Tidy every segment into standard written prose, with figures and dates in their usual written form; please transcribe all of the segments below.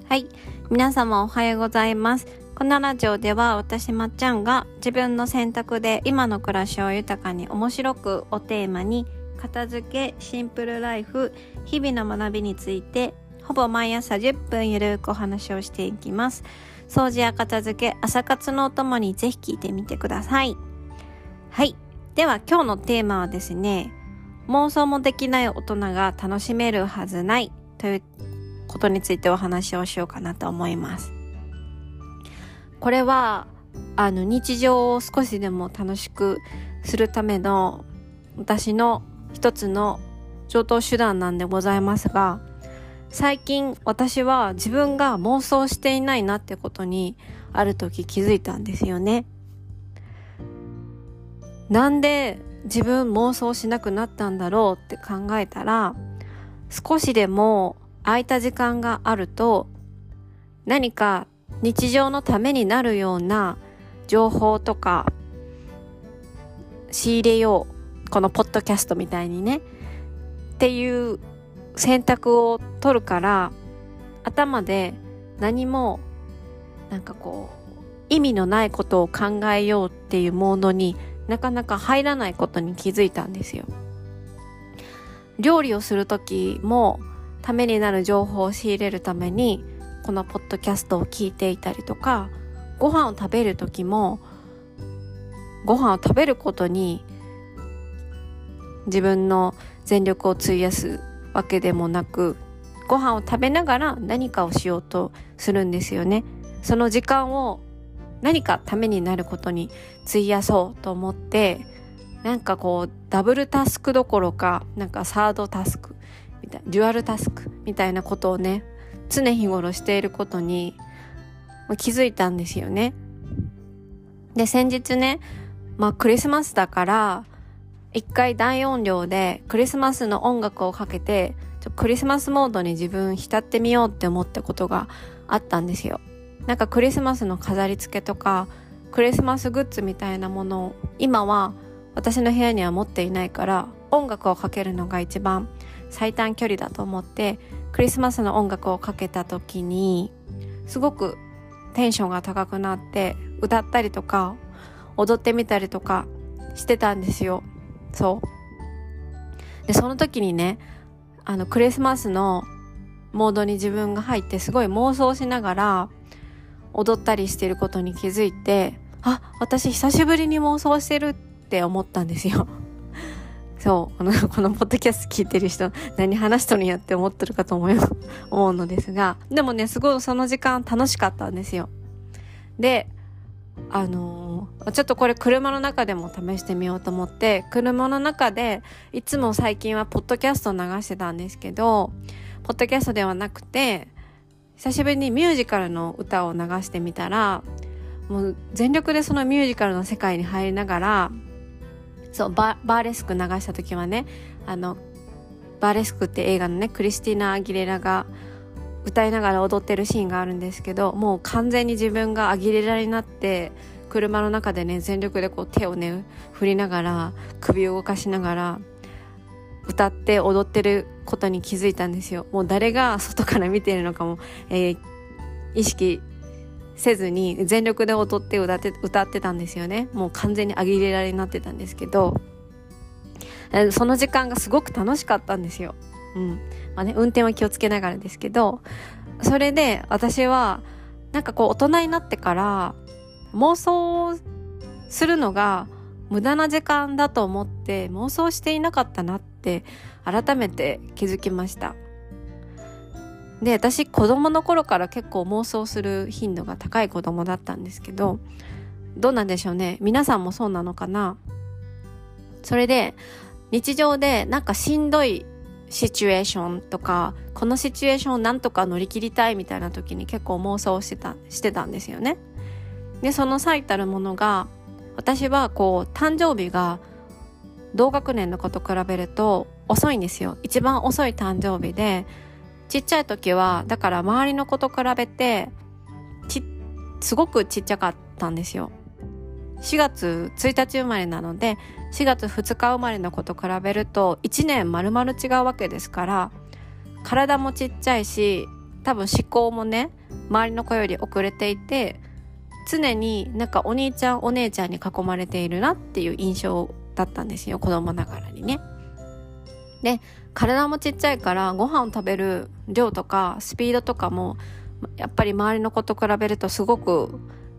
はい、皆様おはようございます。このラジオでは私まっちゃんが自分の選択で今の暮らしを豊かに面白くをテーマに片付け、シンプルライフ、日々の学びについてほぼ毎朝10分ゆるくお話をしていきます。掃除や片付け、朝活のお供にぜひ聞いてみてください。はい、では今日のテーマはですね、妄想もできない大人が楽しめるはずないということについてお話をしようかなと思います。これは日常を少しでも楽しくするための私の一つの常套手段なんでございますが、最近私は自分が妄想していないなってことにある時気づいたんですよね。なんで自分妄想しなくなったんだろうって考えたら、少しでも空いた時間があると何か日常のためになるような情報とか仕入れよう、このポッドキャストみたいにねっていう選択を取るから、頭で何も意味のないことを考えようっていうモードになかなか入らないことに気づいたんですよ。料理をするときもためになる情報を仕入れるためにこのポッドキャストを聞いていたりとか、ご飯を食べるときもご飯を食べることに自分の全力を費やすわけでもなく、ご飯を食べながら何かをしようとするんですよね。その時間を何かためになることに費やそうと思って、ダブルタスクどころかサードタスクみたいな、デュアルタスクみたいなことをね、常日頃していることに気づいたんですよね。で、先日ね、クリスマスだから一回大音量でクリスマスの音楽をかけてクリスマスモードに自分浸ってみようって思ったことがあったんですよ。クリスマスの飾り付けとかクリスマスグッズみたいなものを今は私の部屋には持っていないから、音楽をかけるのが一番最短距離だと思ってクリスマスの音楽をかけた時にすごくテンションが高くなって歌ったりとか踊ってみたりとかしてたんですよ。そうで、その時にね、クリスマスのモードに自分が入ってすごい妄想しながら踊ったりしてることに気づいて、私久しぶりに妄想してるって思ったんですよ。そう、このポッドキャスト聞いてる人何話しとるんやって思ってるかと思うのですが、でもね、すごいその時間楽しかったんですよ。で、ちょっとこれ車の中でも試してみようと思って、車の中でいつも最近はポッドキャストを流してたんですけど、ポッドキャストではなくて久しぶりにミュージカルの歌を流してみたら、もう全力でそのミュージカルの世界に入りながら、バーレスク流した時はね、バーレスクって映画のね、クリスティーナ・アギレラが歌いながら踊ってるシーンがあるんですけど、もう完全に自分がアギレラになって車の中でね、全力で手をね振りながら首を動かしながら歌って踊ってることに気づいたんですよ。もう誰が外から見てるのかも、意識せずに全力で踊って歌ってたんですよね。もう完全にアギレラになってたんですけど、その時間がすごく楽しかったんですよ。運転は気をつけながらですけど、それで私は大人になってから妄想するのが無駄な時間だと思って妄想していなかったなって改めて気づきました。で、私子供の頃から結構妄想する頻度が高い子供だったんですけど、どうなんでしょうね、皆さんもそうなのかな。それで日常でしんどいシチュエーションとか、このシチュエーションをなんとか乗り切りたいみたいな時に結構妄想してたんですよね。で、その最たるものが、私は誕生日が同学年の子と比べると遅いんですよ。一番遅い誕生日で、ちっちゃい時はだから周りの子と比べてすごくちっちゃかったんですよ。4月1日生まれなので、4月2日生まれの子と比べると1年丸々違うわけですから、体もちっちゃいし多分思考もね周りの子より遅れていて、常になんかお兄ちゃんお姉ちゃんに囲まれているなっていう印象だったんですよ、子供ながらにね。で、体もちっちゃいからご飯を食べる量とかスピードとかもやっぱり周りの子と比べるとすごく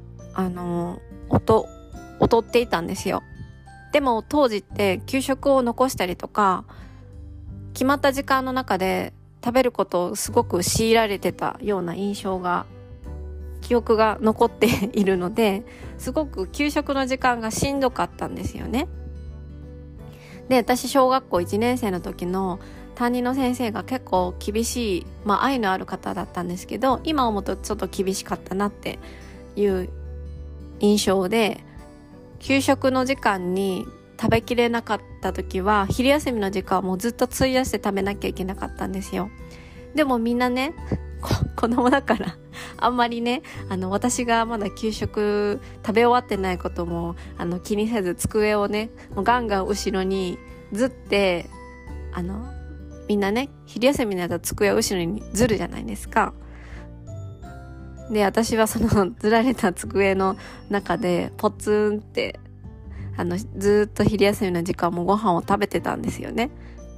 劣っていたんですよ。でも当時って給食を残したりとか決まった時間の中で食べることをすごく強いられてたような印象が記憶が残っているので、すごく給食の時間がしんどかったんですよね。で、私小学校1年生の時の担任の先生が結構厳しい、愛のある方だったんですけど、今思うとちょっと厳しかったなっていう印象で、給食の時間に食べきれなかった時は昼休みの時間はもうずっと費やして食べなきゃいけなかったんですよ。でもみんなね子供だからあんまりね私がまだ給食食べ終わってないことも気にせず机をねもうガンガン後ろにずってみんなね昼休みになったら机を後ろにずるじゃないですか。で、私はそのずられた机の中でポツンってずっと昼休みの時間もご飯を食べてたんですよね。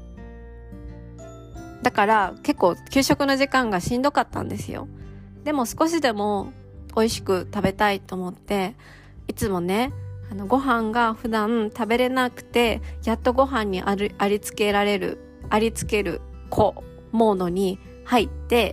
だから結構給食の時間がしんどかったんですよ。でも少しでも美味しく食べたいと思っていつもねご飯が普段食べれなくてやっとご飯にありつける子モードに入って、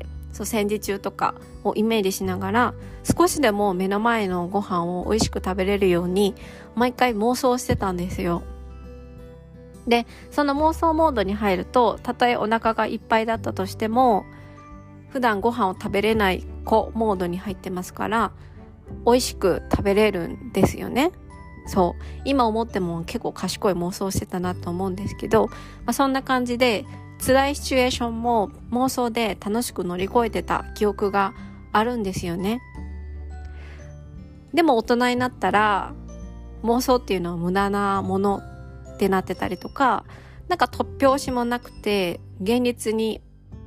戦時中とかをイメージしながら少しでも目の前のご飯を美味しく食べれるように毎回妄想してたんですよ。で、その妄想モードに入ると、たとえお腹がいっぱいだったとしても普段ご飯を食べれない子モードに入ってますから美味しく食べれるんですよね。今思っても結構賢い妄想してたなと思うんですけど、そんな感じで辛いシチュエーションも妄想で楽しく乗り越えてた記憶があるんですよね。でも大人になったら妄想っていうのは無駄なものってなってたりとか、なんか突拍子もなくて現実に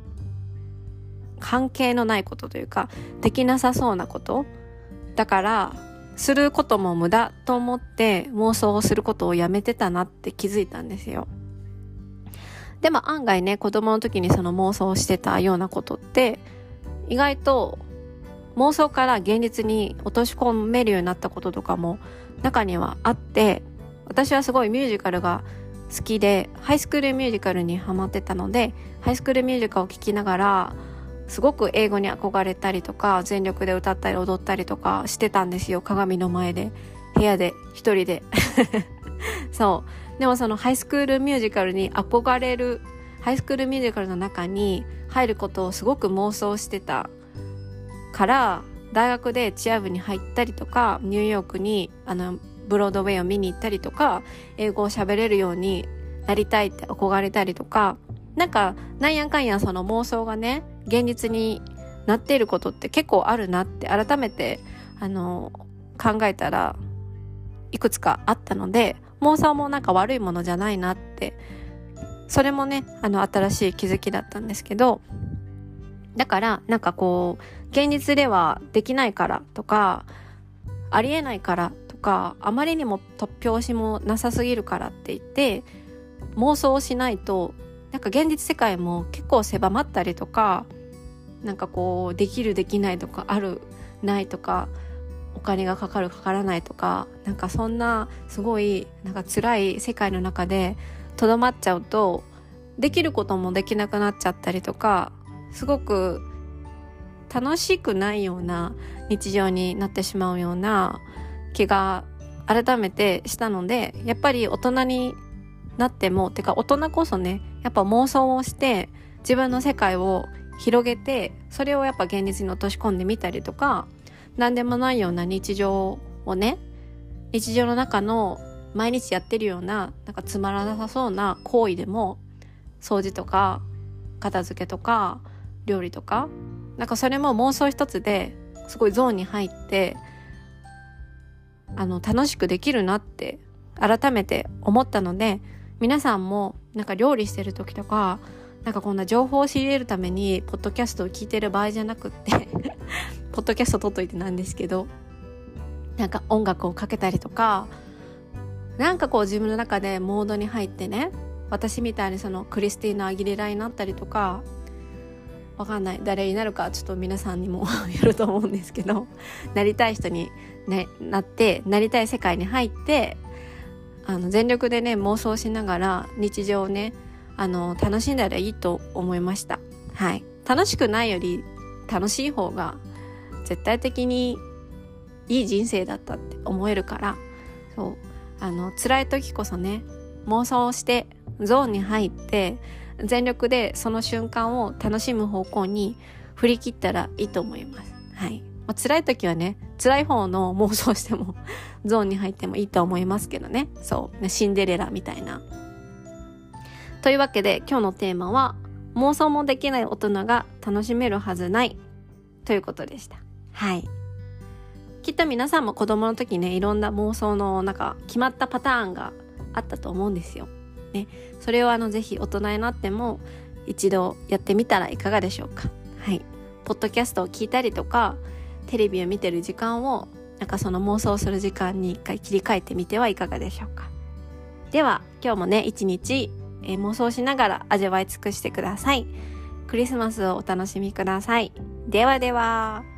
関係のないことというかできなさそうなことだからすることも無駄と思って妄想をすることをやめてたなって気づいたんですよ。でも案外ね、子供の時にその妄想をしてたようなことって意外と妄想から現実に落とし込めるようになったこととかも中にはあって、私はすごいミュージカルが好きでハイスクールミュージカルにハマってたので、ハイスクールミュージカルを聴きながらすごく英語に憧れたりとか全力で歌ったり踊ったりとかしてたんですよ。鏡の前で部屋で一人ででもそのハイスクールミュージカルに憧れるハイスクールミュージカルの中に入ることをすごく妄想してたから、大学でチア部に入ったりとかニューヨークにブロードウェイを見に行ったりとか英語を喋れるようになりたいって憧れたりとか、なんやかんやその妄想がね現実になっていることって結構あるなって改めて考えたらいくつかあったので、妄想も悪いものじゃないなって、それもね新しい気づきだったんですけど、だから現実ではできないからとかありえないからとかあまりにも突拍子もなさすぎるからって言って妄想をしないと現実世界も結構狭まったりとかできるできないとかあるないとかお金がかかるかからないとかそんなすごい辛い世界の中でとどまっちゃうとできることもできなくなっちゃったりとか、すごく楽しくないような日常になってしまうような気が改めてしたので、やっぱり大人になっても大人こそねやっぱ妄想をして自分の世界を広げて、それをやっぱ現実に落とし込んでみたりとか、何でもないような日常をね、日常の中の毎日やってるようなつまらなさそうな行為でも掃除とか片付けとか料理とかそれも妄想一つですごいゾーンに入って楽しくできるなって改めて思ったので、皆さんも料理してる時とかなんかこんな情報を仕入れるためにポッドキャストを聞いてる場合じゃなくってポッドキャスト撮っといてなんですけど、なんか音楽をかけたりとか、なんかこう自分の中でモードに入ってね、私みたいにそのクリスティーナ・アギレラになったりとか、わかんない誰になるかちょっと皆さんにもよると思うんですけど、なりたい人に、ね、なってなりたい世界に入って全力でね妄想しながら日常をね楽しんだらいいと思いました。はい、楽しくないより楽しい方が絶対的にいい人生だったって思えるから、そう辛い時こそね妄想してゾーンに入って全力でその瞬間を楽しむ方向に振り切ったらいいと思います。はい、辛い時はね辛い方の妄想してもゾーンに入ってもいいと思いますけどね。そうシンデレラみたいな。というわけで今日のテーマは妄想もできない大人が楽しめるはずないということでした。はい、きっと皆さんも子供の時ねいろんな妄想のなんか決まったパターンがあったと思うんですよ、ね、それをぜひ大人になっても一度やってみたらいかがでしょうか。はい、ポッドキャストを聞いたりとかテレビを見てる時間をなんかその妄想する時間に一回切り替えてみてはいかがでしょうか。では今日もね一日妄想しながら味わい尽くしてください。クリスマスをお楽しみください。ではでは。